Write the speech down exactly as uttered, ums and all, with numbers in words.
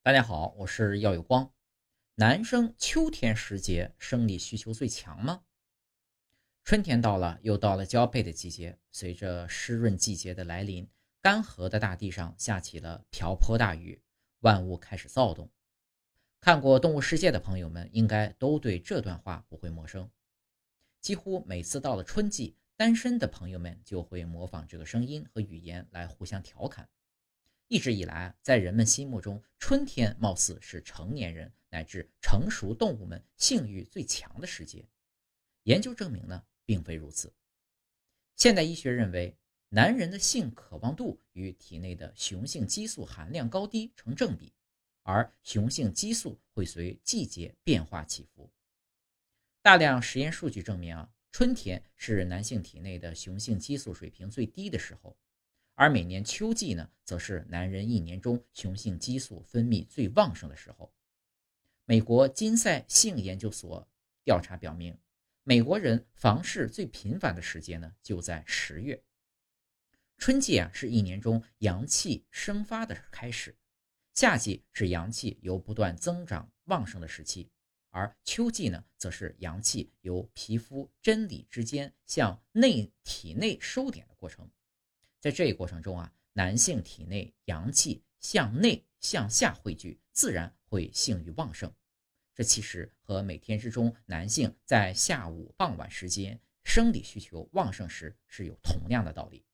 大家好，我是耀有光。男生秋天时节生理需求最强吗？春天到了，又到了交配的季节。随着湿润季节的来临，干涸的大地上下起了瓢泼大雨，万物开始躁动。看过《动物世界》的朋友们，应该都对这段话不会陌生。几乎每次到了春季，单身的朋友们就会模仿这个声音和语言来互相调侃。一直以来，在人们心目中，春天貌似是成年人乃至成熟动物们性欲最强的时节。研究证明呢，并非如此。现代医学认为，男人的性渴望度与体内的雄性激素含量高低成正比，而雄性激素会随季节变化起伏。大量实验数据证明啊，春天是男性体内的雄性激素水平最低的时候。而每年秋季呢，则是男人一年中雄性激素分泌最旺盛的时候。美国金赛性研究所调查表明，美国人房事最频繁的时间呢，就在十月。春季啊，是一年中阳气生发的开始，夏季是阳气由不断增长旺盛的时期，而秋季呢，则是阳气由皮肤真理之间向内体内收敛的过程。在这一过程中啊，男性体内阳气向内向下汇聚，自然会性欲旺盛。这其实和每天之中男性在下午傍晚时间生理需求旺盛时是有同样的道理。